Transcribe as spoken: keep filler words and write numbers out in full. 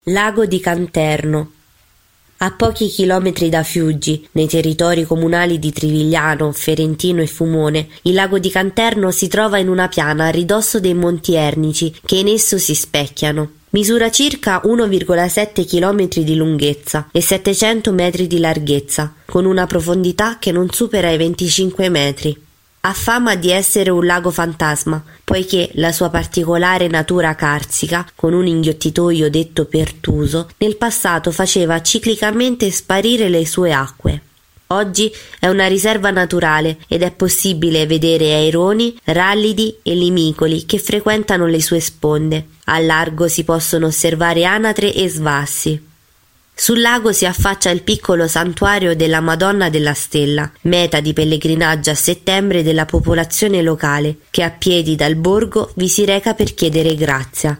Lago di Canterno. A pochi chilometri da Fiuggi, nei territori comunali di Trivigliano, Ferentino e Fumone, il lago di Canterno si trova in una piana a ridosso dei Monti Ernici che in esso si specchiano. Misura circa uno virgola sette chilometri di lunghezza e settecento metri di larghezza, con una profondità che non supera i venticinque metri. Ha fama di essere un lago fantasma, poiché la sua particolare natura carsica, con un inghiottitoio detto pertuso, nel passato faceva ciclicamente sparire le sue acque. Oggi è una riserva naturale ed è possibile vedere aironi, rallidi e limicoli che frequentano le sue sponde. Al largo si possono osservare anatre e svassi. Sul lago si affaccia il piccolo santuario della Madonna della Stella, meta di pellegrinaggio a settembre della popolazione locale, che a piedi dal borgo vi si reca per chiedere grazia.